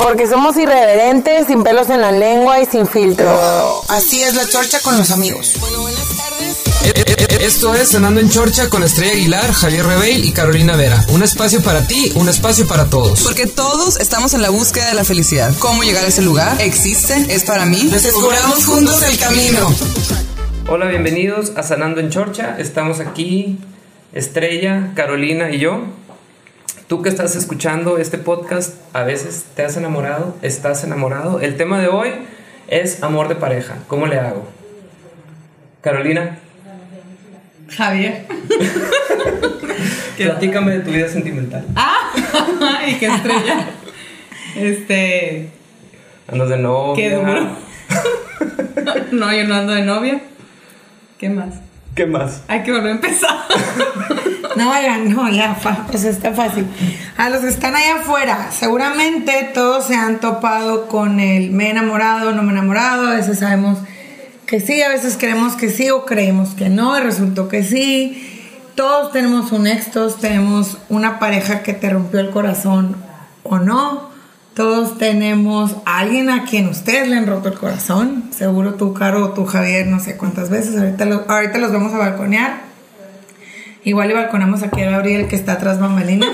Porque somos irreverentes, sin pelos en la lengua y sin filtro. Así es la chorcha con los amigos. Bueno, buenas tardes. Esto es Cenando en Chorcha con Estrella Aguilar, Javier Rebeil y Carolina Vera. Un espacio para ti, un espacio para todos. Porque todos estamos en la búsqueda de la felicidad. ¿Cómo llegar a ese lugar? ¿Existe? ¿Es para mí? Descubramos juntos el camino. Hola, bienvenidos a Cenando en Chorcha. Estamos aquí, Estrella, Carolina y yo. Tú que estás escuchando este podcast, a veces te has enamorado, estás enamorado. El tema de hoy es amor de pareja. ¿Cómo le hago? Carolina. Javier. Platícame de tu vida sentimental. ¿Y qué Estrella? ¿Andas de novia? Qué duro. No, yo no ando de novia. ¿Qué más? ¿Qué más? Hay que volver a empezar. No, oigan, no, ya, pues está fácil. A los que están allá afuera, seguramente todos se han topado con el me he enamorado, no me he enamorado. A veces sabemos que sí, a veces creemos que sí o creemos que no, y resultó que sí. Todos tenemos un ex, todos tenemos una pareja que te rompió el corazón o no. Todos tenemos a alguien a quien ustedes le han roto el corazón. Seguro tú, Caro, o tú, Javier, no sé cuántas veces. Ahorita los vamos a balconear. Igual le balconamos aquí a Gabriel, que está atrás bambalinas.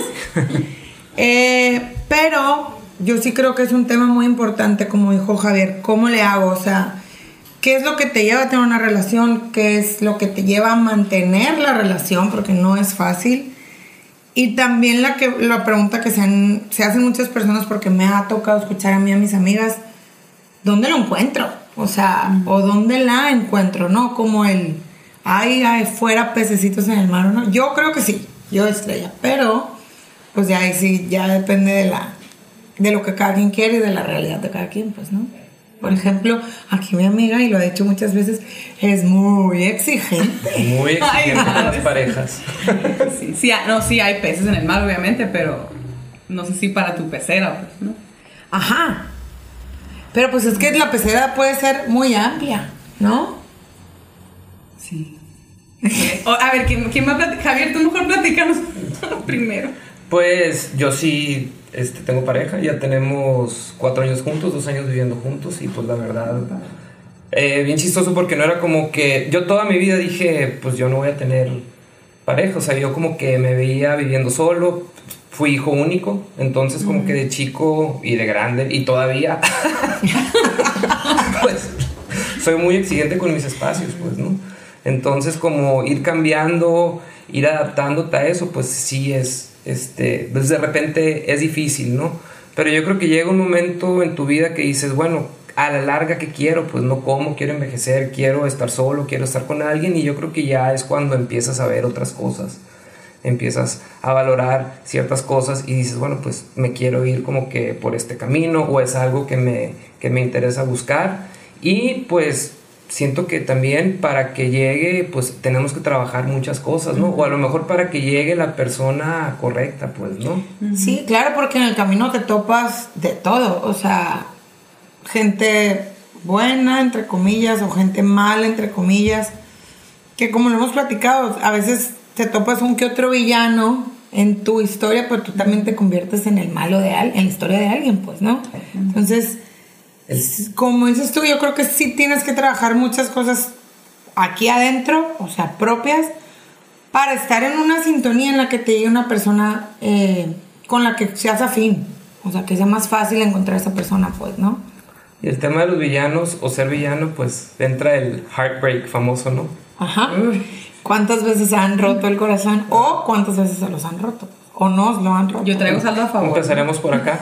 Pero yo sí creo que es un tema muy importante, como dijo Javier. ¿Cómo le hago? O sea, ¿qué es lo que te lleva a tener una relación? ¿Qué es lo que te lleva a mantener la relación? Porque no es fácil. Y también la pregunta que se hacen muchas personas, porque me ha tocado escuchar a mí, a mis amigas, ¿dónde lo encuentro? O sea, o ¿dónde la encuentro? ¿No? Como el, hay fuera pececitos en el mar, ¿no? Yo creo que sí, yo Estrella, pero pues ya ahí sí, ya depende de lo que cada quien quiere y de la realidad de cada quien, pues, ¿no? Por ejemplo, aquí mi amiga, y lo ha dicho muchas veces, es muy exigente. Muy exigente con las parejas. Sí, hay peces en el mar, obviamente, pero no sé si para tu pecera, pues, ¿no? Ajá. Pero pues es que la pecera puede ser muy amplia, ¿no? Sí. A ver, ¿quién va a platicar? Javier, tú mejor platícanos primero. Pues yo sí tengo pareja, ya tenemos 4 años juntos, 2 años viviendo juntos, y pues la verdad, bien chistoso, porque no era como que yo toda mi vida dije, pues yo no voy a tener pareja. O sea, yo como que me veía viviendo solo, fui hijo único, entonces como que de chico y de grande y todavía pues soy muy exigente con mis espacios, pues, ¿no? Entonces como ir cambiando, ir adaptándote a eso, pues sí es pues de repente es difícil, ¿no? Pero yo creo que llega un momento en tu vida que dices, bueno, a la larga, ¿qué quiero? Pues no como, quiero envejecer, quiero estar solo, quiero estar con alguien, y yo creo que ya es cuando empiezas a ver otras cosas, empiezas a valorar ciertas cosas y dices, bueno, pues me quiero ir como que por este camino, o es algo que me interesa buscar. Y pues siento que también para que llegue, pues tenemos que trabajar muchas cosas, ¿no? O a lo mejor para que llegue la persona correcta, pues, ¿no? Sí, claro, porque en el camino te topas de todo, o sea, gente buena, entre comillas, o gente mala, entre comillas, que como lo hemos platicado, a veces te topas un que otro villano en tu historia, pero tú también te conviertes en el malo en la historia de alguien, pues, ¿no? Entonces, como dices tú, yo creo que sí tienes que trabajar muchas cosas aquí adentro, o sea, propias, para estar en una sintonía en la que te llegue una persona con la que seas afín, o sea, que sea más fácil encontrar a esa persona, pues, ¿no? Y el tema de los villanos o ser villano, pues entra el heartbreak famoso, ¿no? Ajá. ¿Cuántas veces se han roto el corazón? ¿O cuántas veces se los han roto? ¿O nos lo han roto? Yo traigo saldo a favor. Empezaremos por acá.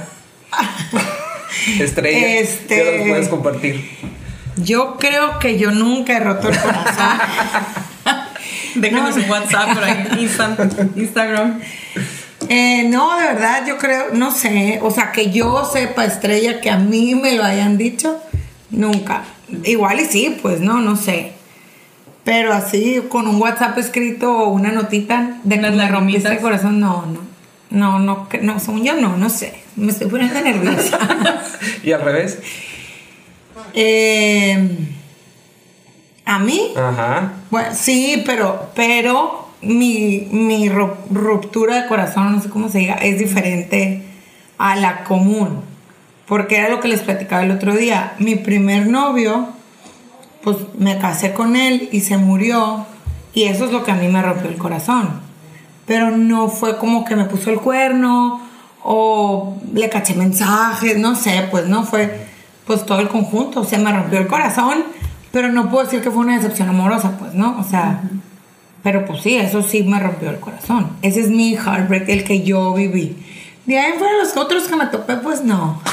Estrella, ¿qué nos puedes compartir? Yo creo que yo nunca he roto el corazón. Déjanos su WhatsApp por ahí, Instagram. No, de verdad, yo creo, no sé, o sea, que yo sepa, Estrella, que a mí me lo hayan dicho, nunca. Igual y sí, pues no sé. Pero así, con un WhatsApp escrito o una notita de que me rompiste el corazón, no, según yo no sé. Me estoy poniendo nerviosa. ¿Y al revés? ¿A mí? Ajá. Bueno, sí, pero mi ruptura de corazón, no sé cómo se diga, es diferente a la común. porque era lo que les platicaba el otro día. Mi primer novio, pues me casé con él y se murió, y eso es lo que a mí me rompió el corazón. Pero no fue como que me puso el cuerno o le caché mensajes, no sé, pues no fue pues todo el conjunto. O sea, me rompió el corazón, pero no puedo decir que fue una decepción amorosa, pues, ¿no? O sea, pero pues sí, eso sí me rompió el corazón. Ese es mi heartbreak, el que yo viví. De ahí fuera los otros que me topé, pues no.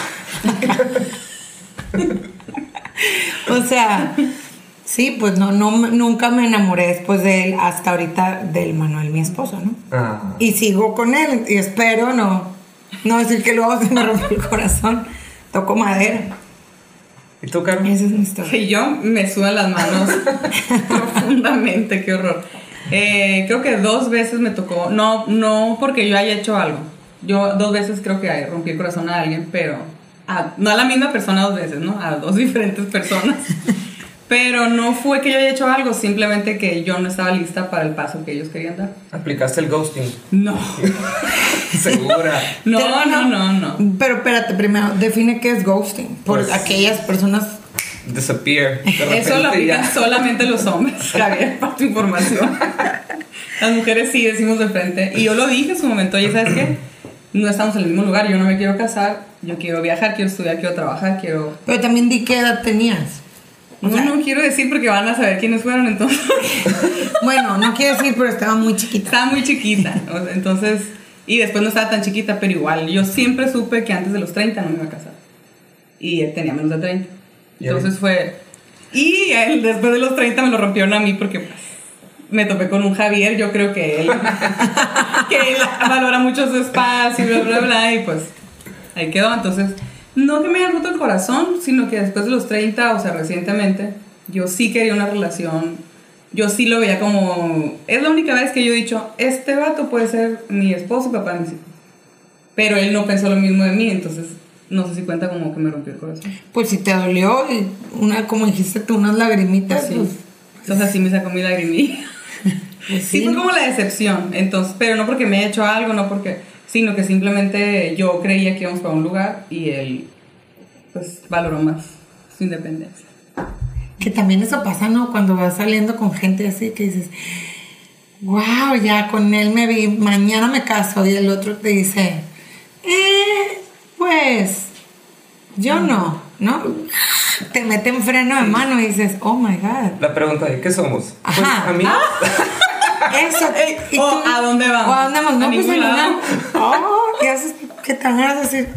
O sea, sí, pues no, nunca me enamoré después de él, hasta ahorita del Manuel, mi esposo, ¿no? Ah. Y sigo con él y espero no decir que luego se me rompió el corazón. Toco madera. ¿Y tú, Carmen? Esa es mi historia. Y yo me sudan las manos profundamente, qué horror. Creo que 2 veces me tocó, no porque yo haya hecho algo. Yo 2 veces creo que rompí el corazón a alguien, pero no a la misma persona 2 veces, ¿no? A 2 diferentes personas. Pero no fue que yo haya hecho algo, simplemente que yo no estaba lista para el paso que ellos querían dar. ¿Aplicaste el ghosting? No. ¿Segura? No. Pero espérate, primero, define qué es ghosting. Por Pues, aquellas personas. Disappear. De Eso lo repente aplican ya. solamente los hombres, Javier, para tu información. Las mujeres sí decimos de frente. Y yo lo dije en su momento, oye, ¿sabes qué? No estamos en el mismo lugar, yo no me quiero casar, yo quiero viajar, quiero estudiar, quiero trabajar, quiero... Pero también di qué edad tenías. O sea, No quiero decir porque van a saber quiénes fueron, entonces... Bueno, no quiero decir, pero estaba muy chiquita. Estaba muy chiquita, o sea, entonces... Y después no estaba tan chiquita, pero igual, yo siempre supe que antes de los 30 no me iba a casar. Y él tenía menos de 30. Entonces fue... Y él después de los 30 me lo rompieron a mí porque pues, me topé con un Javier, yo creo que él valora mucho su espacio y bla, bla, bla, y pues ahí quedó. Entonces, no que me haya roto el corazón, sino que después de los 30, o sea, recientemente, yo sí quería una relación, yo sí lo veía como... Es la única vez que yo he dicho, este vato puede ser mi esposo y papá de mis hijos. Pero él no pensó lo mismo de mí, entonces... No sé si cuenta como que me rompió el corazón. Pues si te dolió, y como dijiste tú, unas lagrimitas. Sí. Pues, Entonces así me sacó mi lagrimilla. pues Sí, fue como la decepción. Entonces, pero no porque me haya hecho algo, no porque... Sino que simplemente yo creía que íbamos para un lugar y él, pues, valoró más su independencia. Que también eso pasa, ¿no? Cuando vas saliendo con gente así que dices, wow, ya con él me vi, mañana me caso. Y el otro te dice, pues, yo no. Te meten freno de mano y dices, oh my God. La pregunta de ¿qué somos? Ajá. Pues a mí. Eso. ¿Y O, ¿a dónde vamos? ¿O a dónde vamos? A No, pues ningún en lado. una. ¿Qué haces? ¿Qué tan ganas de decir?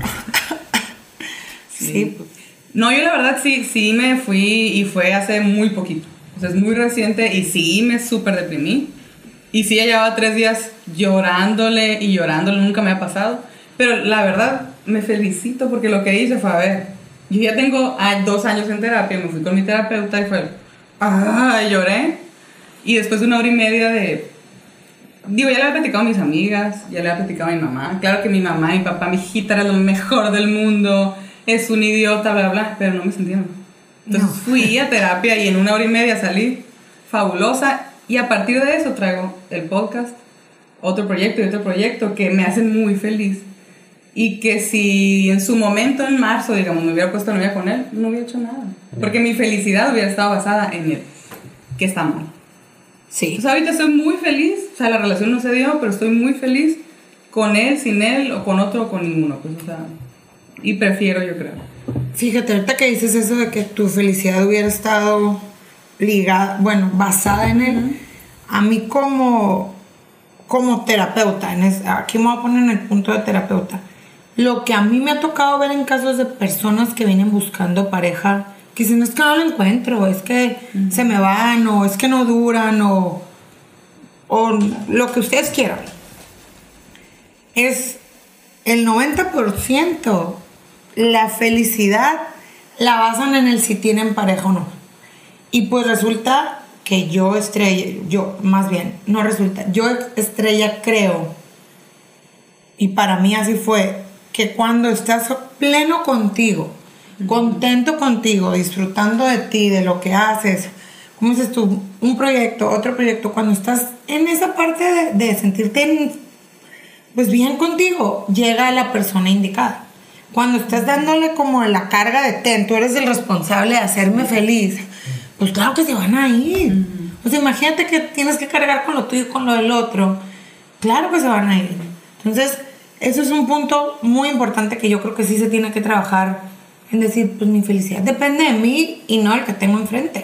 Sí. Pues. No, yo la verdad sí me fui y fue hace muy poquito. O sea, es muy reciente y sí me súper deprimí. Y sí, ya llevaba 3 días llorándole, nunca me ha pasado. Pero la verdad, me felicito porque lo que hice fue, a ver, yo ya tengo 2 años en terapia, me fui con mi terapeuta y fue, lloré. Y después de 1 hora y media ya le había platicado a mis amigas, ya le había platicado a mi mamá. Claro que mi mamá y mi papá, mi hijita era lo mejor del mundo, es un idiota, bla, bla, pero no me sentía mal. Entonces fui a terapia y en 1 hora y media salí fabulosa. Y a partir de eso traigo el podcast, otro proyecto y otro proyecto que me hacen muy feliz. Y que si en su momento, en marzo, digamos, me hubiera puesto novia con él, no hubiera hecho nada. Porque mi felicidad hubiera estado basada en él, que está mal. Sí. Entonces ahorita estoy muy feliz, o sea, la relación no se dio, pero estoy muy feliz con él, sin él, o con otro, o con ninguno. Pues, o sea, y prefiero, yo creo. Fíjate, ahorita que dices eso de que tu felicidad hubiera estado ligada, basada en él, a mí como terapeuta, aquí me voy a poner en el punto de terapeuta, lo que a mí me ha tocado ver en casos de personas que vienen buscando pareja, que dicen, es que no lo encuentro, es que se me van, o es que no duran, o lo que ustedes quieran, es el 90% la felicidad la basan en el si tienen pareja o no. Y pues resulta que yo Estrella creo, y para mí así fue, que cuando estás pleno contigo, contento contigo, disfrutando de ti, de lo que haces, como dices tú, un proyecto, otro proyecto, cuando estás en esa parte de sentirte pues bien contigo, llega la persona indicada. Cuando estás dándole como la carga de tú eres el responsable de hacerme feliz, pues claro que se van a ir. O sea, imagínate que tienes que cargar con lo tuyo y con lo del otro. Claro que se van a ir. Entonces, eso es un punto muy importante que yo creo que sí se tiene que trabajar en decir, pues mi felicidad depende de mí y no del que tengo enfrente.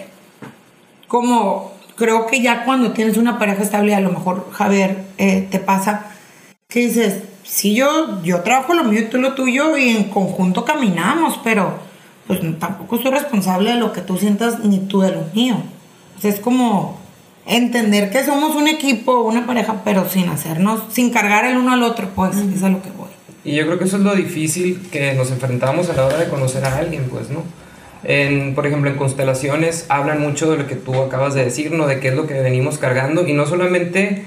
Como creo que ya cuando tienes una pareja estable, a lo mejor, Javier, te pasa que dices, sí, yo trabajo lo mío y tú lo tuyo y en conjunto caminamos, pero pues tampoco soy responsable de lo que tú sientas ni tú de lo mío. O sea, es como entender que somos un equipo, una pareja, pero sin cargar el uno al otro, pues, es a lo que voy. Y yo creo que eso es lo difícil que nos enfrentamos a la hora de conocer a alguien, pues, ¿no? Por ejemplo, en constelaciones hablan mucho de lo que tú acabas de decir, ¿no? De qué es lo que venimos cargando, y no solamente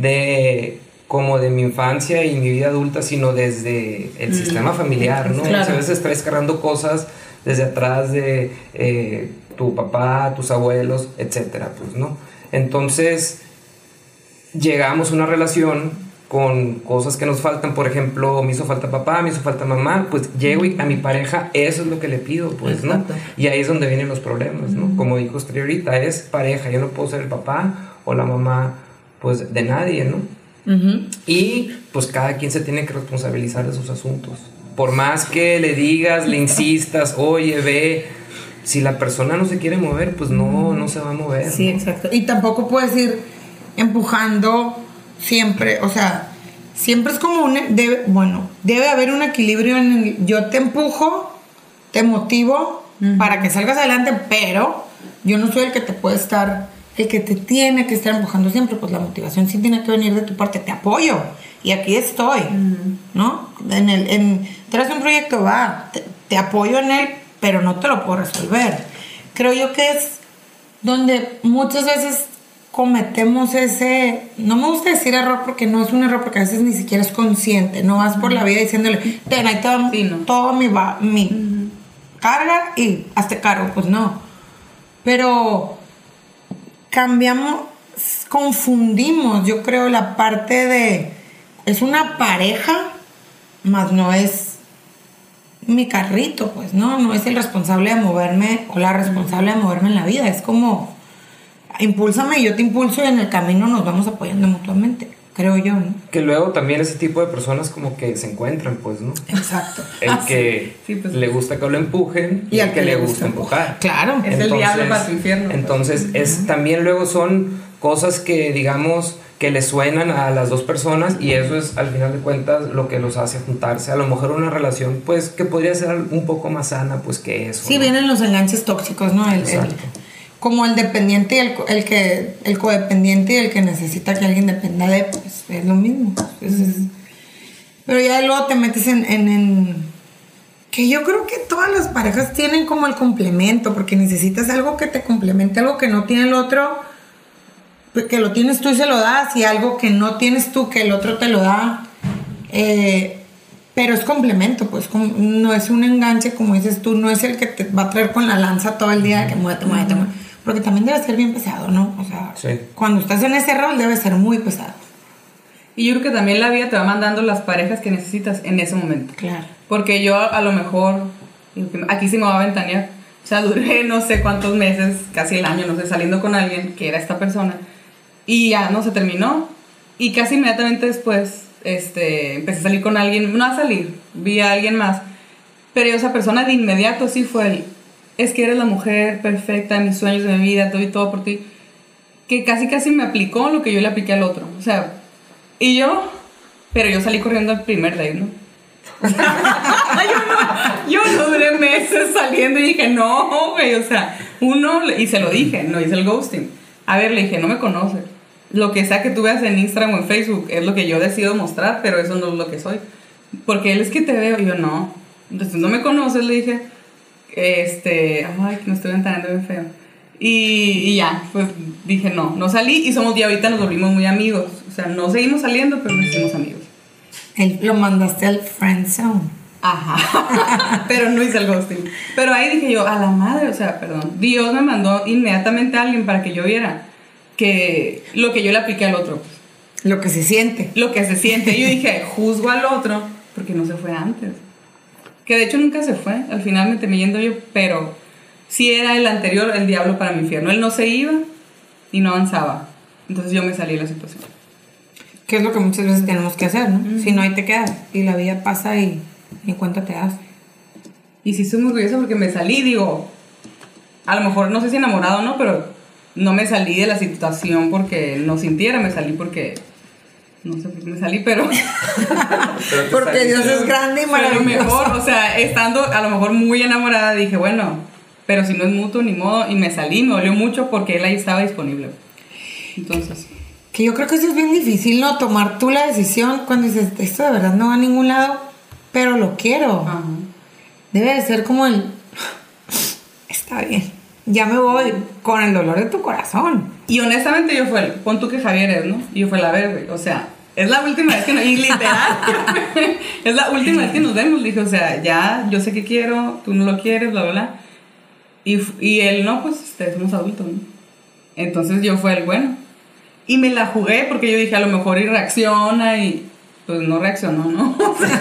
como de mi infancia y mi vida adulta, sino desde el sistema familiar, ¿no? Claro. O sea, a veces traes cargando cosas desde atrás de tu papá, tus abuelos, etcétera, pues, ¿no? Entonces, llegamos a una relación con cosas que nos faltan. Por ejemplo, me hizo falta papá, me hizo falta mamá, pues llego y a mi pareja eso es lo que le pido, pues, exacto, ¿no? Y ahí es donde vienen los problemas, ¿no? Como dijo usted ahorita, es pareja, yo no puedo ser el papá o la mamá, pues, de nadie, ¿no? Y pues cada quien se tiene que responsabilizar de sus asuntos. Por más que le digas, le insistas, oye, ve, si la persona no se quiere mover, pues no se va a mover. Sí, ¿no? exacto. Y tampoco puedes ir empujando siempre, o sea, siempre es como debe haber un equilibrio en el yo te empujo, te motivo para que salgas adelante, pero yo no soy el que te puede estar, el que te tiene que estar empujando siempre. Pues la motivación sí tiene que venir de tu parte, te apoyo y aquí estoy, ¿no? Tras un proyecto te apoyo en él, pero no te lo puedo resolver. Creo yo que es donde muchas veces cometemos ese, no me gusta decir error porque no es un error, porque a veces ni siquiera es consciente, no vas por la vida diciéndole, ten, ahí te va todo mi carga y hazte cargo, pues no. Pero confundimos, yo creo, la parte de, es una pareja, más no es mi carrito, pues no es el responsable de moverme o la responsable de moverme en la vida, es como impúlsame y yo te impulso y en el camino nos vamos apoyando mutuamente, creo yo, ¿no? Que luego también ese tipo de personas como que se encuentran, pues, ¿no? Exacto. El que pues, le gusta que lo empujen y el que le gusta empujar. Claro. Es el diablo para tu infierno. Entonces, también luego son cosas que, digamos, que le suenan a las dos personas y eso es, al final de cuentas, lo que los hace juntarse. A lo mejor una relación, pues, que podría ser un poco más sana, pues, que eso. Sí, ¿no? Vienen los enganches tóxicos, ¿no? Como el dependiente y el codependiente y el que necesita que alguien dependa de, pues es lo mismo. Pero ya luego te metes en que yo creo que todas las parejas tienen como el complemento, porque necesitas algo que te complemente, algo que no tiene el otro, que lo tienes tú y se lo das, y algo que no tienes tú, que el otro te lo da. Pero es complemento, pues no es un enganche, como dices tú, no es el que te va a traer con la lanza todo el día, que muévete. Porque también debe ser bien pesado, ¿no? O sea, sí, cuando estás en ese rol debe ser muy pesado. Y yo creo que también la vida te va mandando las parejas que necesitas en ese momento. Claro. Porque yo a lo mejor, aquí sí me va a ventanear, o sea, duré no sé cuántos meses, casi el año, no sé, saliendo con alguien que era esta persona, y ya no se terminó, y casi inmediatamente después empecé a salir con alguien, no a salir, vi a alguien más, pero esa persona de inmediato sí fue es que eres la mujer perfecta de mis sueños, de mi vida, doy todo por ti, que casi me aplicó lo que yo le apliqué al otro, o sea, pero yo salí corriendo al primer date, ¿no? yo no duré meses saliendo y dije, no, güey, o sea, y se lo dije, no hice el ghosting. A ver, le dije, no me conoces. Lo que sea que tú veas en Instagram o en Facebook es lo que yo decido mostrar, pero eso no es lo que soy. Porque él es que te veo, y yo no. Entonces no me conoces, le dije, ay, que me estoy ventaneando bien feo. Y ya, pues dije, no salí, y ya ahorita nos volvimos muy amigos. O sea, no seguimos saliendo, pero nos hicimos amigos. Lo mandaste al friend zone. Ajá. Pero no hice el ghosting. Pero ahí dije yo, a la madre, o sea, perdón, Dios me mandó inmediatamente a alguien para que yo viera que lo que yo le apliqué al otro. Lo que se siente. Y yo dije, juzgo al otro porque no se fue antes. que de hecho nunca se fue, al final me terminé yendo yo, pero sí era el anterior, el diablo para mi infierno. Él no se iba y no avanzaba, entonces yo me salí de la situación. Que es lo que muchas veces tenemos que hacer, ¿no? Si no, ahí te quedas y la vida pasa y ni cuenta te das. Y sí estoy muy orgullosa porque me salí, digo, a lo mejor no sé si enamorado o no, pero no me salí de la situación porque no sintiera, me salí porque... No sé por qué me salí, pero... Porque Dios es grande y maravilloso. Pero mejor, o sea, estando a lo mejor muy enamorada, dije, bueno, pero si no es mutuo, ni modo. Y me salí, me dolió mucho porque él ahí estaba disponible. Entonces... Que yo creo que eso es bien difícil, ¿no? Tomar tú la decisión cuando dices, esto de verdad no va a ningún lado, pero lo quiero. Ajá. Debe de ser como el... Está bien, ya me voy con el dolor de tu corazón. Y honestamente yo fue el, pon tú que Javier es, ¿no? Y yo fue la ver, güey, o sea, es la última vez que nos... Y literal, es la última vez que nos vemos. Le dije, o sea, ya, yo sé que quiero, tú no lo quieres, bla, bla, bla. Y él, no, pues, somos adultos, ¿no? Entonces yo fue el, bueno. Y me la jugué porque yo dije, a lo mejor y reacciona y... Pues no reaccionó, ¿no?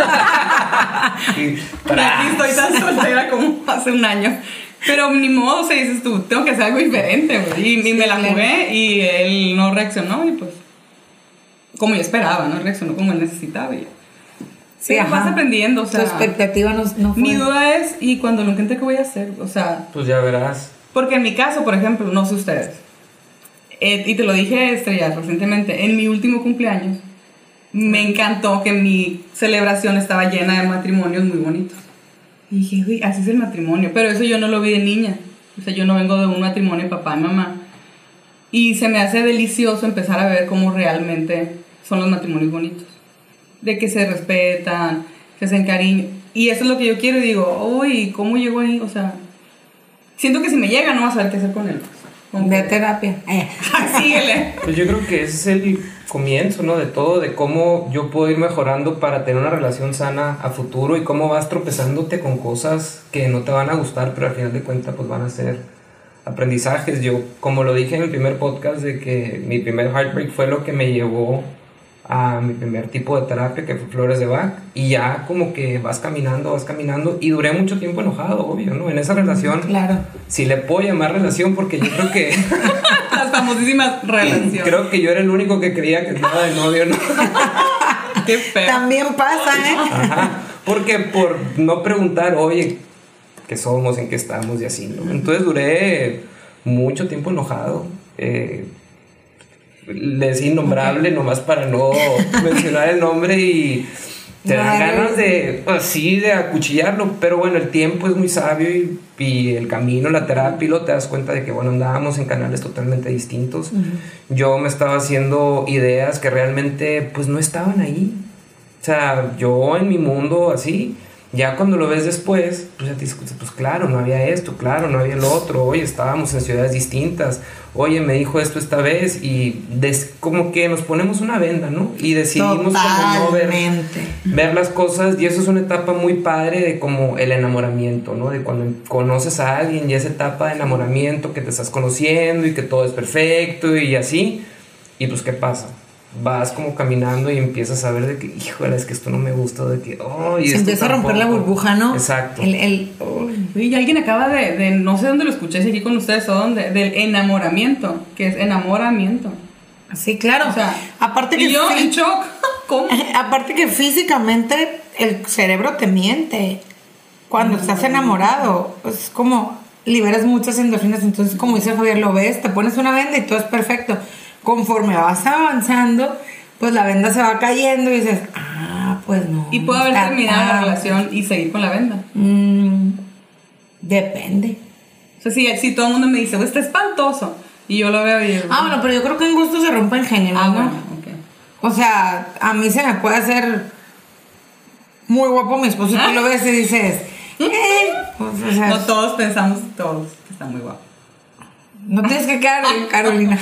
Y aquí estoy tan soltera como hace un año. Pero ni modo, o sea, dices tú, tengo que hacer algo diferente, güey. Y me la jugué y él no reaccionó y pues... Como yo esperaba, ¿no? Reaccionó como él necesitaba y... Sí, vas aprendiendo, o sea... Tu expectativa no fue... Mi duda es, ¿y cuando lo intente qué voy a hacer? O sea... Pues ya verás. Porque en mi caso, por ejemplo, no sé ustedes... y te lo dije, Estrella, recientemente, en mi último cumpleaños, me encantó que mi celebración estaba llena de matrimonios muy bonitos. Y dije, uy, así es el matrimonio. Pero eso yo no lo vi de niña. O sea, yo no vengo de un matrimonio de papá y mamá. Y se me hace delicioso empezar a ver cómo realmente son los matrimonios bonitos. De que se respetan, que se encariñan. Y eso es lo que yo quiero y digo, uy, ¿cómo llego ahí? O sea, siento que si me llega no vas a saber qué hacer con él. Ve a terapia. Síguele. Pues yo creo que ese es el comienzo, ¿no? De todo, de cómo yo puedo ir mejorando para tener una relación sana a futuro y cómo vas tropezándote con cosas que no te van a gustar, pero al final de cuentas pues van a ser aprendizajes. Yo, como lo dije en el primer podcast, de que mi primer heartbreak fue lo que me llevó a mi primer tipo de terapia, que fue Flores de Bach, y ya como que vas caminando, y duré mucho tiempo enojado, obvio, ¿no? En esa relación, claro. Si le puedo llamar relación, porque yo creo que... Las famosísimas relaciones. Creo que yo era el único que creía que estaba de novio, ¿no? Qué feo. También pasa, ¿eh? Ajá, porque por no preguntar, oye, ¿qué somos, en qué estamos y así, ¿no? Entonces duré mucho tiempo enojado, le decía innombrable nomás para no mencionar el nombre y te dan ganas de así de acuchillarlo, pero bueno, el tiempo es muy sabio y el camino, la terapia, y luego te das cuenta de que bueno, andábamos en canales totalmente distintos. Yo me estaba haciendo ideas que realmente pues no estaban ahí, o sea, yo en mi mundo así. Ya cuando lo ves después, pues ya te dices, pues claro, no había esto, claro, no había lo otro, oye, estábamos en ciudades distintas, oye, me dijo esto esta vez, y como que nos ponemos una venda, ¿no? Y decidimos como no ver las cosas, y eso es una etapa muy padre de como el enamoramiento, ¿no? De cuando conoces a alguien y esa etapa de enamoramiento que te estás conociendo y que todo es perfecto y así, y pues ¿qué pasa? Vas como caminando y empiezas a ver de que, híjole, es que esto no me gusta, de que, oh, y se empieza a romper la burbuja, ¿no? Exacto. Y alguien acaba de, no sé dónde lo escuché, si aquí con ustedes o dónde, del enamoramiento, que es enamoramiento. Sí, claro. O sea, aparte que y yo en shock, ¿cómo? Aparte que físicamente el cerebro te miente. Cuando estás enamorado, es como liberas muchas endorfinas, entonces como dice Javier, lo ves, te pones una venda y todo es perfecto. Conforme vas avanzando, pues la venda se va cayendo y dices, pues no. Y puede haber terminado la relación y seguir con la venda. Depende. O sea, si todo el mundo me dice, pues está espantoso, y yo lo veo y digo, bueno, pero yo creo que en gusto se rompe en general, ¿no? Bueno, okay. O sea, a mí se me puede hacer muy guapo mi esposo y tú lo ves y dices, pues, o sea, no todos pensamos todos que está muy guapo. No tienes que quedar bien, Carolina.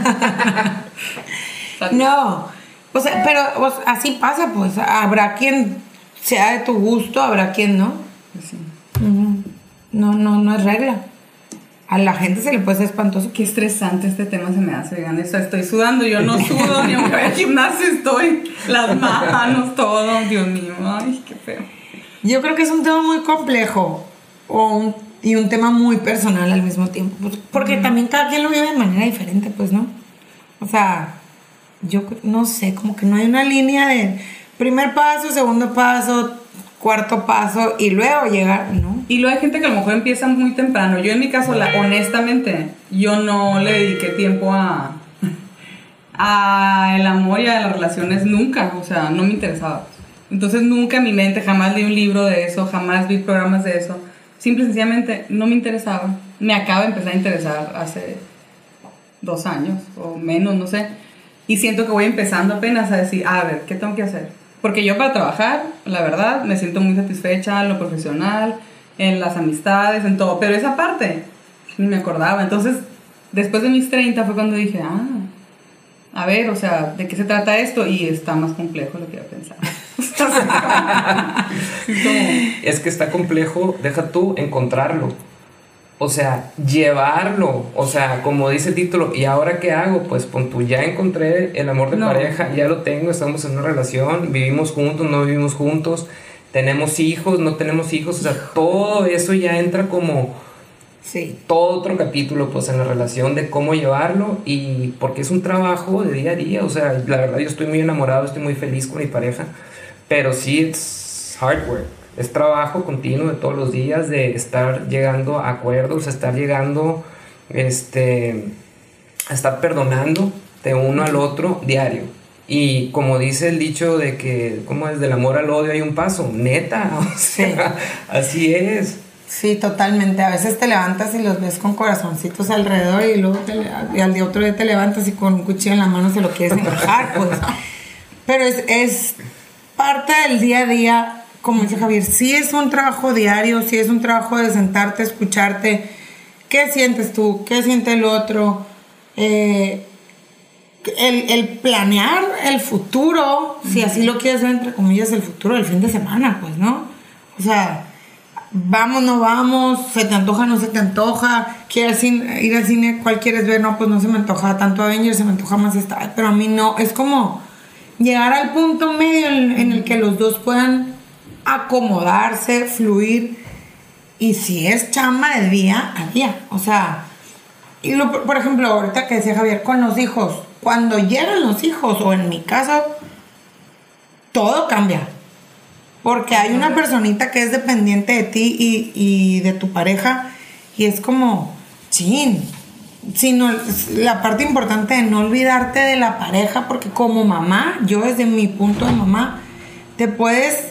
No, o sea, pero así pasa, pues. Habrá quien sea de tu gusto, habrá quien no. Sí. No es regla. A la gente se le puede ser espantoso. Qué estresante este tema se me hace, vean. Estoy sudando, yo no sudo, ni aunque vaya al gimnasio estoy. Las manos, todo, Dios mío, ay, qué feo. Yo creo que es un tema muy complejo y un tema muy personal al mismo tiempo. Porque también cada quien lo vive de manera diferente, pues, ¿no? O sea, yo no sé, como que no hay una línea de primer paso, segundo paso, cuarto paso y luego llegar, ¿no? Y luego hay gente que a lo mejor empieza muy temprano. Yo en mi caso, honestamente, yo no le dediqué tiempo a el amor y a las relaciones nunca. O sea, no me interesaba. Entonces nunca en mi mente, jamás leí un libro de eso, jamás vi programas de eso. Simple y sencillamente no me interesaba. Me acaba de empezar a interesar hace 2 años o menos, no sé. Y siento que voy empezando apenas a decir, a ver, ¿qué tengo que hacer? Porque yo para trabajar, la verdad, me siento muy satisfecha en lo profesional, en las amistades, en todo. Pero esa parte ni me acordaba. Entonces, después de mis 30 fue cuando dije, a ver, o sea, ¿de qué se trata esto? Y está más complejo de lo que había pensado. Es que está complejo, deja tú encontrarlo. O sea, llevarlo. O sea, como dice el título, ¿y ahora qué hago? Pues pon tú, ya encontré el amor de pareja, ya lo tengo, estamos en una relación, vivimos juntos, no vivimos juntos, tenemos hijos, no tenemos hijos. O sea, todo eso ya entra como todo otro capítulo, pues, en la relación de cómo llevarlo. Y porque es un trabajo de día a día. O sea, la verdad, yo estoy muy enamorado, estoy muy feliz con mi pareja, pero sí, es hard work. Es trabajo continuo de todos los días, de estar llegando a acuerdos, estar llegando a estar perdonando de uno al otro diario. Y como dice el dicho de que, como es del amor al odio hay un paso, neta, o sea, así es. Sí, totalmente. A veces te levantas y los ves con corazoncitos alrededor y luego y al día otro día te levantas y con un cuchillo en la mano se lo quieres encajar, pues. Pero es parte del día a día. Como dice Javier, sí es un trabajo diario, sí es un trabajo de sentarte, escucharte, qué sientes tú, qué siente el otro, el planear el futuro, si así lo quieres ver, entre comillas, el futuro del fin de semana, pues, ¿no? O sea, vamos, no vamos, se te antoja, no se te antoja, quieres ir al cine, ¿cuál quieres ver? No, pues no se me antoja tanto Avengers, se me antoja más esta, pero a mí no, es como llegar al punto medio en el que los dos puedan acomodarse, fluir, y si es chamba de día a día, o sea, por ejemplo, ahorita que decía Javier, con los hijos, cuando llegan los hijos, o en mi caso, todo cambia, porque hay una personita que es dependiente de ti y de tu pareja, y es como, la parte importante de no olvidarte de la pareja, porque como mamá, yo desde mi punto de mamá, te puedes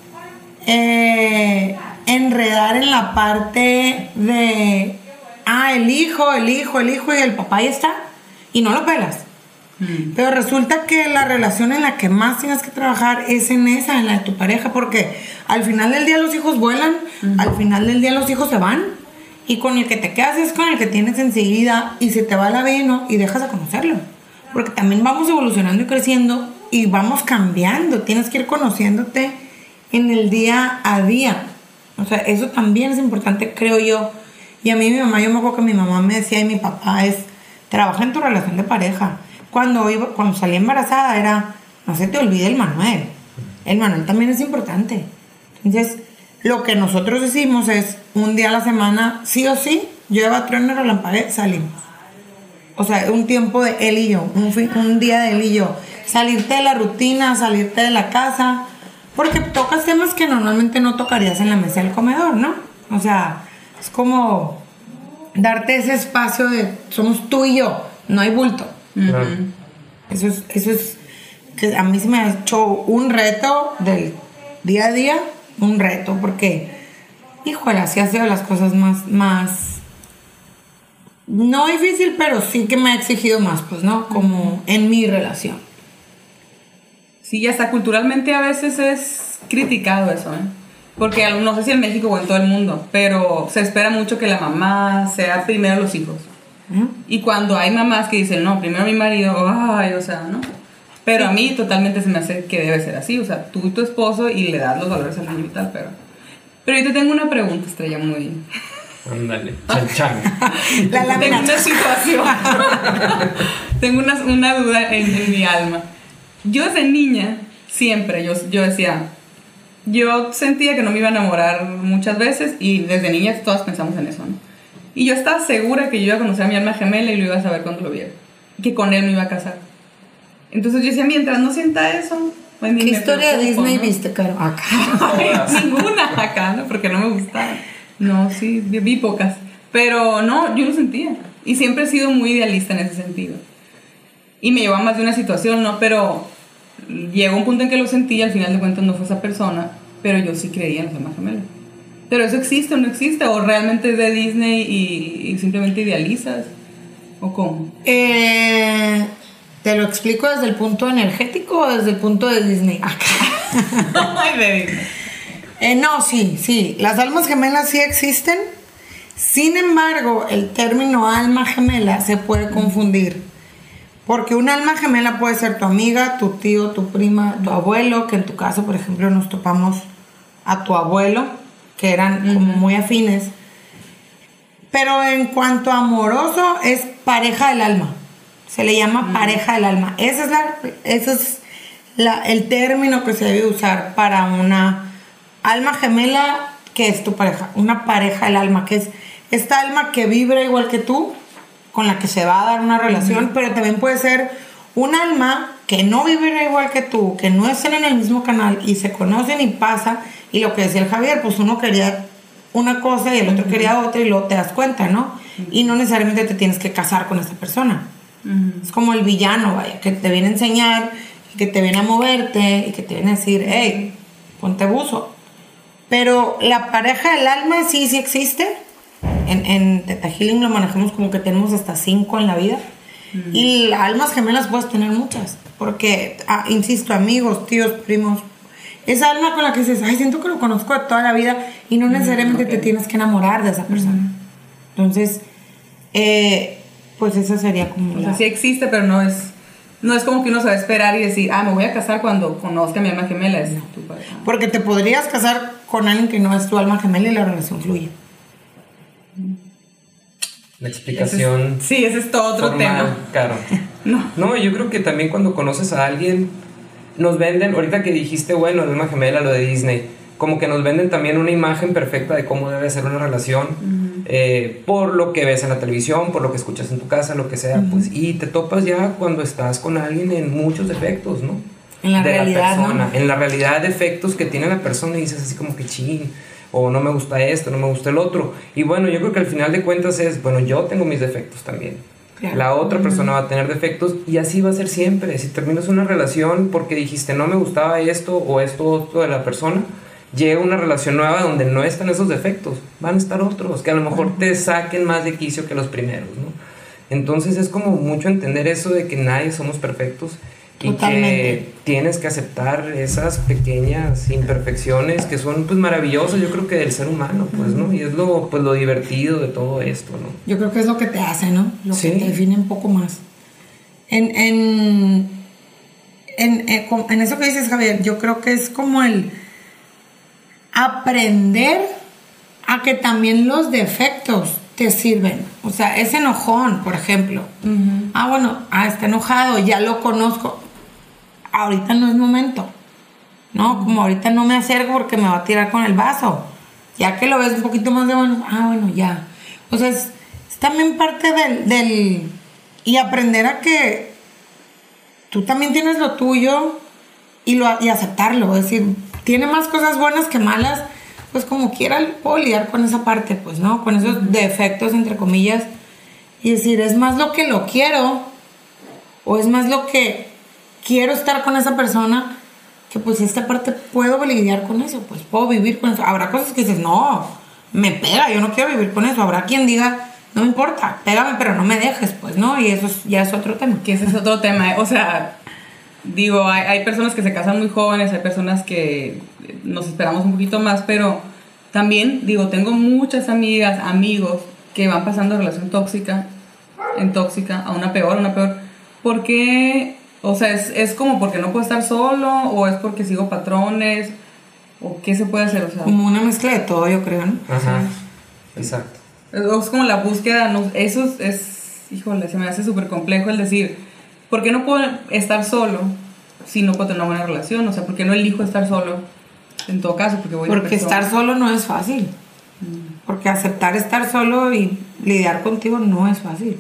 enredar en la parte de el hijo y el papá ahí está y no lo pelas. Pero resulta que la relación en la que más tienes que trabajar es en la de tu pareja, porque al final del día los hijos vuelan, al final del día los hijos se van, y con el que te quedas es con el que tienes enseguida, y se te va la vida y dejas de conocerlo, porque también vamos evolucionando y creciendo y vamos cambiando, tienes que ir conociéndote en el día a día. O sea, eso también es importante, creo yo. Y a mí yo me acuerdo que mi mamá me decía, y mi papá trabaja en tu relación de pareja. Cuando salí embarazada era, no se te olvide el Manuel. El Manuel también es importante. Entonces, lo que nosotros decimos es, un día a la semana, sí o sí, yo llevo a trueno, relampagué, salimos. O sea, un tiempo de él y yo, un día de él y yo. Salirte de la rutina, salirte de la casa, porque tocas temas que normalmente no tocarías en la mesa del comedor, ¿no? O sea, es como darte ese espacio de somos tú y yo, no hay bulto. Eso es que a mí se me ha hecho un reto del día a día, un reto, porque híjole, así ha sido las cosas más no difícil, pero sí que me ha exigido más, pues, ¿no? Como en mi relación. Sí, y hasta culturalmente a veces es criticado eso, ¿eh? Porque no sé si en México o en todo el mundo, pero se espera mucho que la mamá sea primero los hijos. Y cuando hay mamás que dicen, no, primero mi marido, o sea, ¿no? Pero a mí totalmente se me hace que debe ser así, o sea, tú y tu esposo y le das los valores al niño y tal, pero yo te tengo una pregunta, Estrella, muy... Ándale, chan. Tengo una situación, tengo una duda en mi alma. Yo desde niña, siempre, yo decía, yo sentía que no me iba a enamorar muchas veces y desde niñas todas pensamos en eso, ¿no? Y yo estaba segura que yo iba a conocer a mi alma gemela y lo iba a saber cuando lo viera. Y que con él me iba a casar. Entonces yo decía, mientras no sienta eso... Pues, ¿Qué historia de Disney viste, Caro? Acá. Ninguna acá, ¿no? Porque no me gustaba. No, sí, vi pocas. Pero no, yo lo sentía. Y siempre he sido muy idealista en ese sentido. Y me llevó a más de una situación, ¿no? Pero llegó un punto en que lo sentí y al final de cuentas no fue esa persona. Pero yo sí creía en las almas gemelas. Pero eso existe o no existe, o realmente es de Disney y simplemente idealizas, o cómo. ¿Te lo explico desde el punto energético o desde el punto de Disney? Ay, baby. No, sí, las almas gemelas sí existen. Sin embargo, el término alma gemela se puede confundir. Porque un alma gemela puede ser tu amiga, tu tío, tu prima, tu abuelo, que en tu caso, por ejemplo, nos topamos a tu abuelo, que eran como muy afines. Pero en cuanto a amoroso, es pareja del alma. Se le llama pareja del alma. Ese es el término que se debe usar para una alma gemela, que es tu pareja. Una pareja del alma, que es esta alma que vibra igual que tú, con la que se va a dar una relación, pero también puede ser un alma que no vibra igual que tú, que no estén en el mismo canal y se conocen y pasa. Y lo que decía el Javier, pues uno quería una cosa y el otro quería otra y luego te das cuenta, ¿no? Y no necesariamente te tienes que casar con esa persona. Es como el villano, vaya, que te viene a enseñar, que te viene a moverte y que te viene a decir, hey, ponte buzo. Pero la pareja del alma sí existe. En Theta Healing lo manejamos como que tenemos hasta 5 en la vida. Y almas gemelas puedes tener muchas. Porque, insisto, amigos, tíos, primos. Esa alma con la que dices, ay, siento que lo conozco de toda la vida y no necesariamente te tienes que enamorar de esa persona. Entonces, pues esa sería como... O sea, sí existe, pero no es como que uno se va a esperar y decir, me voy a casar cuando conozca a mi alma gemela. Es tu pareja. Porque te podrías casar con alguien que no es tu alma gemela y la relación fluye. La explicación... Ese es todo otro tema. Claro. No, yo creo que también cuando conoces a alguien, nos venden, ahorita que dijiste, bueno, el alma gemela, lo de Disney, como que nos venden también una imagen perfecta de cómo debe ser una relación, por lo que ves en la televisión, por lo que escuchas en tu casa, lo que sea, pues, y te topas ya cuando estás con alguien en muchos defectos, ¿no? En la realidad, la persona, ¿no? En la realidad, defectos que tiene la persona y dices así como que chin, o no me gusta esto, no me gusta el otro. Y bueno, yo creo que al final de cuentas es, bueno, yo tengo mis defectos también. Claro. La otra persona va a tener defectos y así va a ser siempre. Si terminas una relación porque dijiste no me gustaba esto o esto otro de la persona, llega una relación nueva donde no están esos defectos, van a estar otros que a lo mejor te saquen más de quicio que los primeros, ¿no? Entonces es como mucho entender eso de que nadie somos perfectos. Totalmente. Y que tienes que aceptar esas pequeñas imperfecciones que son pues maravillosas, yo creo que del ser humano, pues, ¿no? Y es lo divertido de todo esto, ¿no? Yo creo que es lo que te hace, ¿no? Lo que te define un poco más. En eso que dices, Javier, yo creo que es como el aprender a que también los defectos te sirven. O sea, ese enojón, por ejemplo. Está enojado, ya lo conozco. Ahorita no es momento, ¿no? Como ahorita no me acerco porque me va a tirar con el vaso. Ya que lo ves un poquito más de bueno, ya. O sea, es también parte del... Y aprender a que tú también tienes lo tuyo y aceptarlo. Es decir, tiene más cosas buenas que malas, pues como quiera puedo lidiar con esa parte, pues, ¿no? Con esos defectos, entre comillas. Y decir, es más lo que lo quiero o es más lo que quiero estar con esa persona, que pues esta parte puedo lidiar con eso, pues puedo vivir con eso. Habrá cosas que dices, no, me pega, yo no quiero vivir con eso. Habrá quien diga, no me importa, pégame pero no me dejes, pues, ¿no? Y eso ya es otro tema. Que ese es otro tema, o sea, digo, hay personas que se casan muy jóvenes, hay personas que nos esperamos un poquito más, pero también, digo, tengo muchas amigas, amigos que van pasando de relación tóxica en tóxica a una peor, porque, o sea, es como porque no puedo estar solo, o es porque sigo patrones, o qué se puede hacer, o sea, como una mezcla de todo, yo creo, ¿no? Ajá, exacto. Es como la búsqueda, ¿no? Eso híjole, se me hace súper complejo el decir, ¿por qué no puedo estar solo si no puedo tener una buena relación? O sea, ¿por qué no elijo estar solo en todo caso, porque voy de Porque persona. estar solo no es fácil. Porque aceptar estar solo y lidiar contigo no es fácil.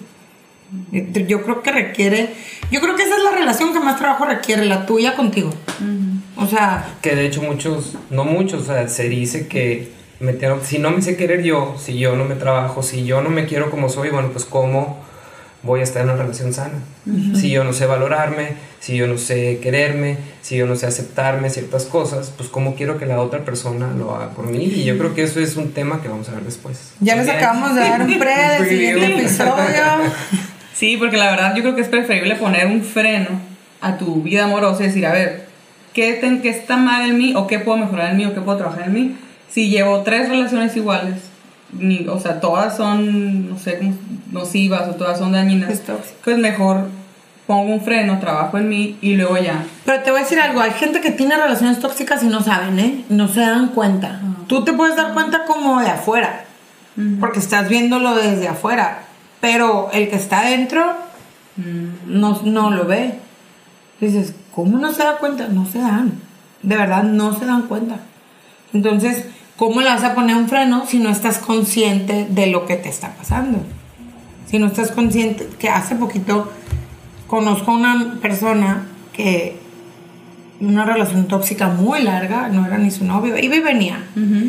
Yo creo que esa es la relación que más trabajo requiere, la tuya contigo. O sea, Que de hecho no muchos, o sea, se dice que si no me sé querer yo, si yo no me trabajo, si yo no me quiero como soy, bueno, pues cómo voy a estar en una relación sana. Si yo no sé valorarme, si yo no sé quererme, si yo no sé aceptarme ciertas cosas, pues cómo quiero que la otra persona lo haga por mí. Y yo creo que eso es un tema que vamos a ver después. ya les acabamos de dar un pre del siguiente episodio. Sí, porque la verdad yo creo que es preferible poner un freno a tu vida amorosa y decir, a ver, ¿qué está mal en mí? ¿O qué puedo mejorar en mí? ¿O qué puedo trabajar en mí? Si llevo 3 relaciones iguales, o sea, todas son, no sé, como nocivas o todas son dañinas, Es tóxico. pues mejor pongo un freno, trabajo en mí y luego ya. Pero te voy a decir algo, hay gente que tiene relaciones tóxicas y no saben, ¿eh? No se dan cuenta. Tú te puedes dar cuenta como de afuera, porque estás viéndolo desde afuera, pero el que está adentro no lo ve. Dices, ¿cómo no se da cuenta? No se dan, de verdad no se dan cuenta. Entonces, ¿cómo le vas a poner un freno si no estás consciente de lo que te está pasando? Si no estás consciente, que hace poquito conozco a una persona que una relación tóxica muy larga, no era ni su novio, iba y venía.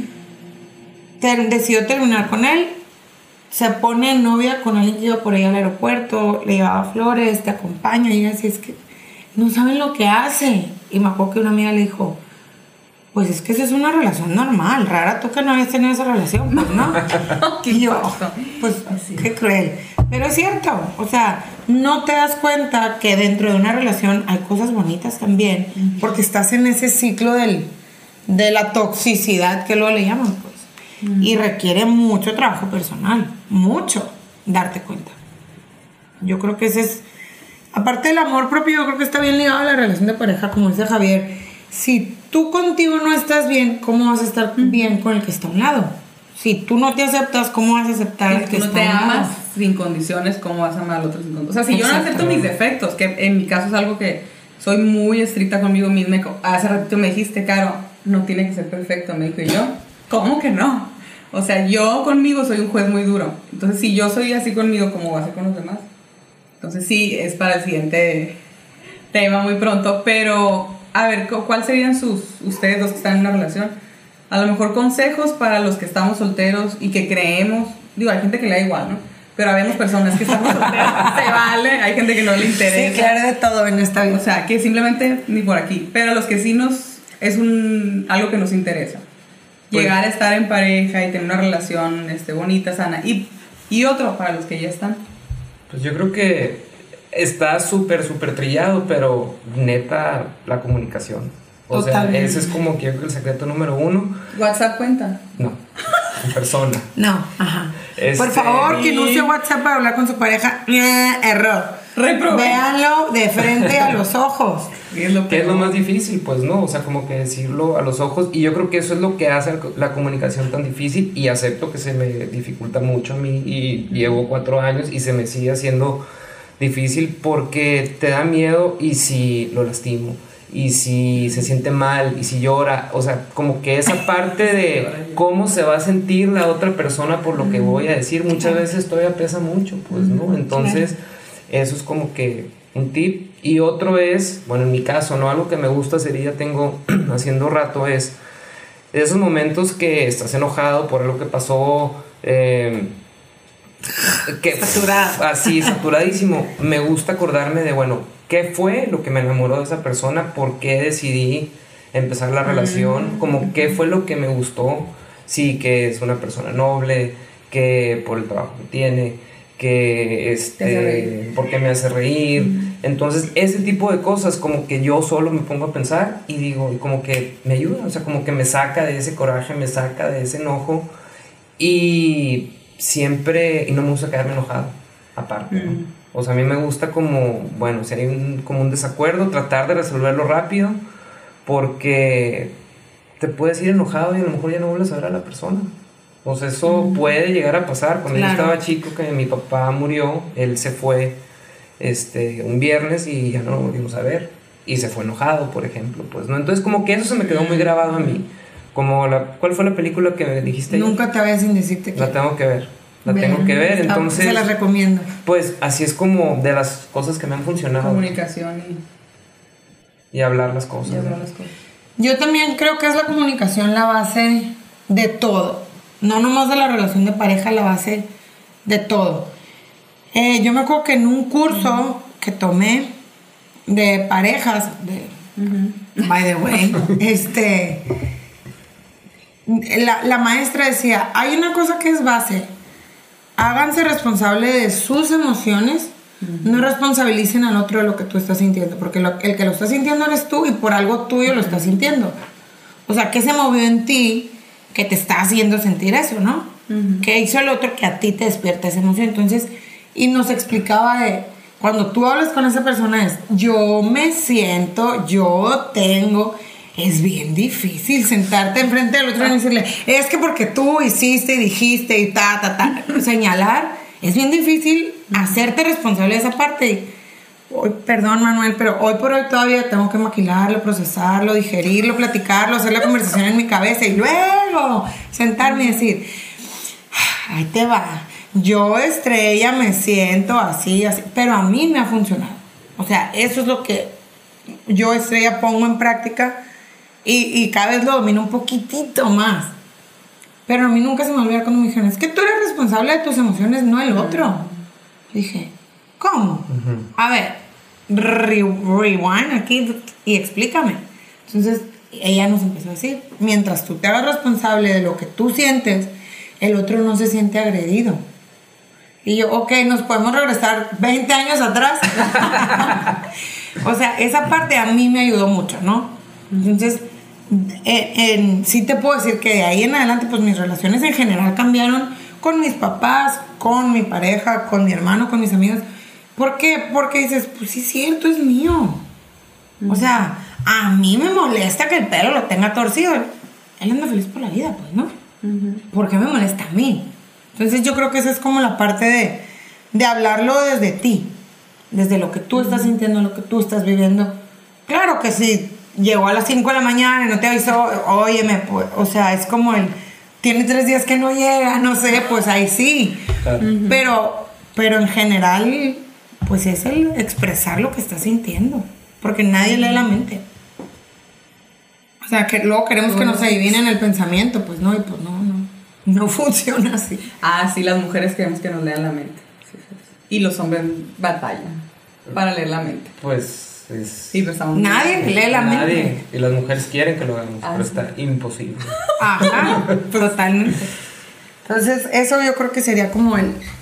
Decidió terminar con él, se pone novia con alguien que iba por ahí al aeropuerto, le llevaba flores, te acompaña, y ella decía, es que no saben lo que hace. Y me acuerdo que una amiga le dijo, pues es que esa es una relación normal, rara tú que no habías tenido esa relación, pues no. Y yo, pues qué cruel. Pero es cierto, o sea, no te das cuenta que dentro de una relación hay cosas bonitas también, porque estás en ese ciclo de la toxicidad que luego le llaman, pues. Y requiere mucho trabajo personal, mucho darte cuenta. Yo creo que ese es, aparte del amor propio, yo creo que está bien ligado a la relación de pareja, como dice Javier. Si tú contigo no estás bien, ¿cómo vas a estar bien con el que está a un lado? Si tú no te aceptas, ¿cómo vas a aceptar al Si que tú no está te a un lado? amas sin condiciones, ¿cómo vas a amar al otro sin condiciones? O sea, si yo no acepto mis defectos, que en mi caso es algo que soy muy estricta conmigo misma. Hace ratito me dijiste, Caro, no tiene que ser perfecto, me dijo, y yo, ¿cómo que no? O sea, yo conmigo soy un juez muy duro. Entonces, si yo soy así conmigo, ¿cómo va a ser con los demás? Entonces, sí, es para el siguiente tema muy pronto. Pero, a ver, ¿cuáles serían ustedes dos que están en una relación? A lo mejor consejos para los que estamos solteros y que creemos. Digo, hay gente que le da igual, ¿no? Pero habemos personas que estamos solteras, se vale. Hay gente que no le interesa. Sí, claro, de todo en esta vida. O sea, que simplemente ni por aquí. Pero a los que sí es algo que nos interesa. Pues, Llegar a estar en pareja y tener una relación bonita, sana. Y otro para los que ya están. Pues yo creo que está súper trillado, pero neta, la comunicación. O Totalmente. sea, ese es como que yo creo que el secreto número 1. ¿WhatsApp cuenta? No, en persona. No, ajá. Este- Por favor, quien use WhatsApp para hablar con su pareja, error. Reprobé. Véanlo de frente a los ojos. ¿Qué es lo Que es lo peor? más difícil, pues, ¿no? O sea, como que decirlo a los ojos. Y yo creo que eso es lo que hace la comunicación tan difícil. Y acepto que se me dificulta mucho a mí. Y llevo 4 años y se me sigue haciendo difícil porque te da miedo. Y si lo lastimo, y si se siente mal, y si llora. O sea, como que esa parte de cómo se va a sentir la otra persona por lo que voy a decir, muchas veces todavía pesa mucho, pues, ¿no? Entonces, eso es como que un tip. Y otro es, bueno, en mi caso, ¿no? Algo que me gusta hacer y ya tengo haciendo rato es esos momentos que estás enojado por algo que pasó, Saturado. así, saturadísimo. Me gusta acordarme de, bueno, ¿qué fue lo que me enamoró de esa persona? ¿Por qué decidí empezar la relación? Como, ¿qué fue lo que me gustó? Sí, que es una persona noble, que por el trabajo que tiene, que porque me hace reír. Entonces ese tipo de cosas como que yo solo me pongo a pensar y digo, y como que me ayuda, o sea, como que me saca de ese coraje, me saca de ese enojo y siempre, y no me gusta quedarme enojado aparte, ¿no? O sea, a mí me gusta como, bueno, si hay como un desacuerdo, tratar de resolverlo rápido, porque te puedes ir enojado y a lo mejor ya no vuelves a ver a la persona. O sea, eso puede llegar a pasar. Cuando yo estaba chico, que mi papá murió, él se fue un viernes y ya no lo volvimos a ver. Y se fue enojado, por ejemplo, pues, ¿no? Entonces, como que eso se me quedó muy grabado a mí. ¿Cuál fue la película que me dijiste? Nunca te vayas sin decirte que... La tengo que ver. Tengo que ver, entonces... Se la recomiendo. Pues así es como de las cosas que me han funcionado. Comunicación y hablar las cosas. Yo también creo que es la comunicación la base de todo. No nomás de la relación de pareja, la base de todo. Yo me acuerdo que en un curso que tomé de parejas, by the way, la maestra decía, hay una cosa que es base, háganse responsable de sus emociones, no responsabilicen al otro de lo que tú estás sintiendo, porque el que lo está sintiendo eres tú y por algo tuyo lo estás sintiendo. O sea, ¿qué se movió en ti que te está haciendo sentir eso, no? ¿Qué hizo el otro que a ti te despierta esa emoción? Entonces, y nos explicaba de, cuando tú hablas con esa persona es, yo me siento, yo tengo... Es bien difícil sentarte enfrente del otro y decirle, es que porque tú hiciste y dijiste y señalar, es bien difícil hacerte responsable de esa parte. Hoy, perdón, Manuel, pero hoy por hoy todavía tengo que maquilarlo, procesarlo, digerirlo, platicarlo, hacer la conversación en mi cabeza y luego sentarme y decir, ahí te va, yo Estrella me siento así, pero a mí me ha funcionado. O sea, eso es lo que yo Estrella pongo en práctica. Y cada vez lo domino un poquitito más. Pero a mí nunca se me olvida cuando me dijeron, es que tú eres responsable de tus emociones, no el otro. Dije, ¿cómo? A ver, rewind aquí y explícame. Entonces ella nos empezó a decir, mientras tú te hagas responsable de lo que tú sientes, el otro no se siente agredido. Y yo, ok, nos podemos regresar 20 años atrás. O sea, esa parte a mí me ayudó mucho, ¿no? Entonces, sí te puedo decir que de ahí en adelante, pues mis relaciones en general cambiaron con mis papás, con mi pareja, con mi hermano, con mis amigos. ¿Por qué? Porque dices, pues sí es cierto, es mío. O sea, a mí me molesta que el pelo lo tenga torcido. Él anda feliz por la vida, pues, ¿no? ¿Por qué me molesta a mí? Entonces yo creo que esa es como la parte de hablarlo desde ti, desde lo que tú estás sintiendo, lo que tú estás viviendo. Claro que sí. Llegó a las 5 de la mañana y no te avisó, óyeme, pues, o sea, es como tiene 3 días que no llega, no sé, pues ahí sí. Claro. Pero en general, pues es el expresar lo que estás sintiendo, porque nadie lee la mente. O sea, que luego queremos que nos adivinen el pensamiento, pues no, y pues no funciona así. Sí, las mujeres queremos que nos lean la mente. Y los hombres batallan para leer la mente. Pues... Sí, pero nadie lee la mente. Y las mujeres quieren que lo hagamos, pero está imposible. Ajá, totalmente. Entonces, eso yo creo que sería como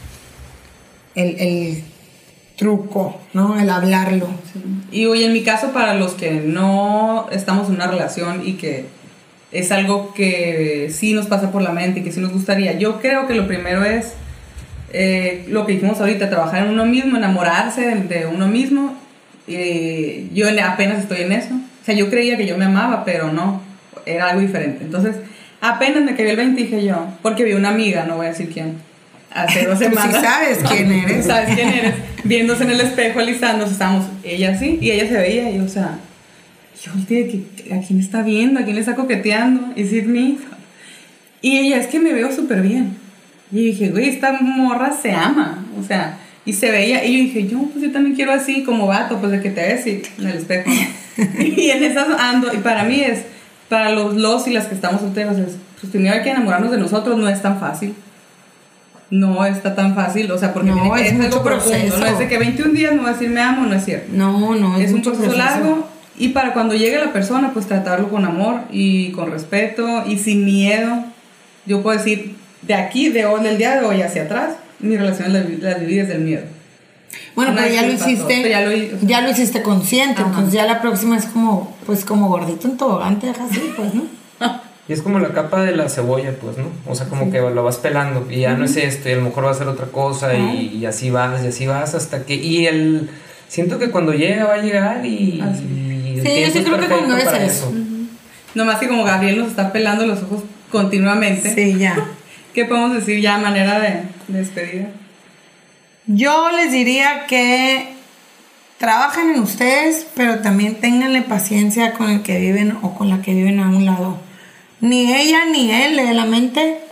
el truco, ¿no? El hablarlo. Sí. Y hoy en mi caso, para los que no estamos en una relación y que es algo que sí nos pasa por la mente y que sí nos gustaría, yo creo que lo primero es lo que dijimos ahorita, trabajar en uno mismo, enamorarse de uno mismo. Yo apenas estoy en eso. O sea, yo creía que yo me amaba, pero no, era algo diferente. Entonces, apenas me cayó el 20, dije yo, porque vi una amiga, no voy a decir quién, hace 2 semanas. Sí sabes quién eres. Sabes quién eres. Viéndose en el espejo, alisándose, estábamos ella así, y ella se veía, y o sea, yo dije, ¿a quién está viendo? ¿A quién le está coqueteando? ¿Is it me? Y ella, es que me veo súper bien. Y dije, güey, esta morra se ama, o sea... Y se veía, y yo dije, yo también quiero así como vato, pues de que te ves en el espejo. Y en esas ando, y para mí es, para los y las que estamos solteros, es, pues primero hay que enamorarnos de nosotros, no es tan fácil. No está tan fácil, o sea, porque no, es mucho proceso. No es de que 21 días me voy a decir me amo, no es cierto. No, es un proceso largo, y para cuando llegue la persona, pues tratarlo con amor y con respeto y sin miedo. Yo puedo decir, de aquí, del día de hoy hacia atrás, mi relación la viví desde el miedo. Bueno, pero ya lo hiciste, ya lo hiciste consciente. Ajá. Entonces ya la próxima es como, pues como gordito en tobogán, te dejas así, pues, ¿no? Y es como la capa de la cebolla, pues, ¿no? O sea, como que lo vas pelando y ya no es esto, y a lo mejor va a ser otra cosa, y así vas hasta que... siento que cuando llega, va a llegar y... sí, yo sí creo que cuando es eso. Nomás que como Gabriel nos está pelando los ojos continuamente. Sí, ya. ¿Qué podemos decir ya a manera de despedida? Yo les diría que trabajen en ustedes, pero también ténganle paciencia con el que viven o con la que viven a un lado. ni ella ni él de la mente,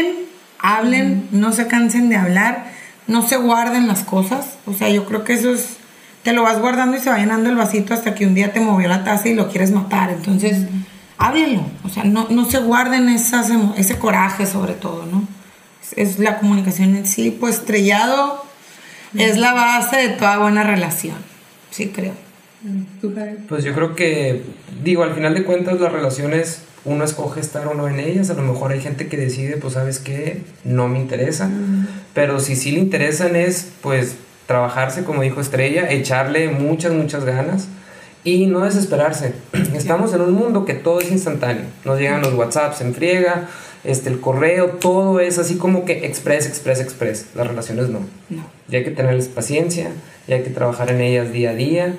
hablen, no se cansen de hablar, no se guarden las cosas. O sea, yo creo que eso es, te lo vas guardando y se va llenando el vasito hasta que un día te movió la taza y lo quieres matar. Entonces, háblenlo. O sea, no se guarden ese coraje sobre todo, ¿no? Es la comunicación en sí, pues estrellado es la base de toda buena relación, sí creo. Pues yo creo que, al final de cuentas las relaciones, uno escoge estar o no en ellas. A lo mejor hay gente que decide, pues sabes qué, no me interesa, pero si sí le interesan es, pues, trabajarse, como dijo Estrella, echarle muchas ganas y no desesperarse. Estamos en un mundo que todo es instantáneo, nos llegan los WhatsApps en friega, el correo, todo es así como que express. Las relaciones no. Y hay que tenerles paciencia, y hay que trabajar en ellas día a día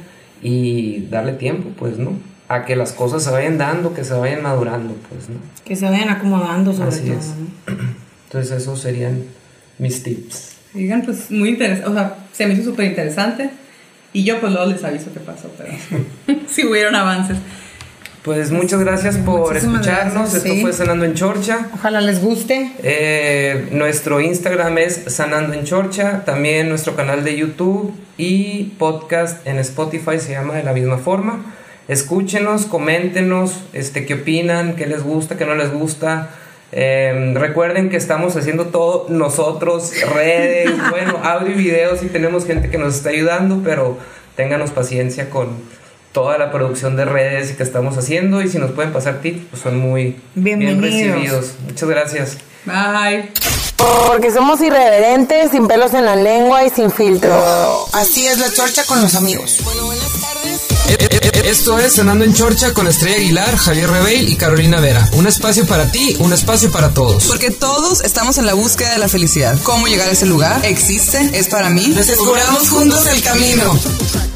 y darle tiempo, pues, ¿no? A que las cosas se vayan dando, que se vayan madurando, pues, ¿no? Que se vayan acomodando sobre así todo, es. ¿no? Entonces esos serían mis tips. Digan, pues muy interesante, o sea, se me hizo súper interesante y yo pues luego les aviso qué pasó, pero si hubieron avances. Pues muchas gracias por escucharnos. Gracias, Esto fue Sanando en Chorcha. Ojalá les guste. Nuestro Instagram es Sanando en Chorcha. También nuestro canal de YouTube y podcast en Spotify se llama de la misma forma. Escúchenos, coméntenos qué opinan, qué les gusta, qué no les gusta. Recuerden que estamos haciendo todo nosotros, redes, audio y videos, y tenemos gente que nos está ayudando, pero ténganos paciencia con toda la producción de redes que estamos haciendo, y si nos pueden pasar tips, pues son muy bien recibidos. Muchas gracias. Bye. Porque somos irreverentes, sin pelos en la lengua y sin filtro. Así es la chorcha con los amigos. Bueno, buenas tardes. Esto es Sanando en Chorcha con Estrella Aguilar, Javier Rebeil y Carolina Vera. Un espacio para ti, un espacio para todos. Porque todos estamos en la búsqueda de la felicidad. ¿Cómo llegar a ese lugar? ¿Existe? ¿Es para mí? Descubramos juntos el camino.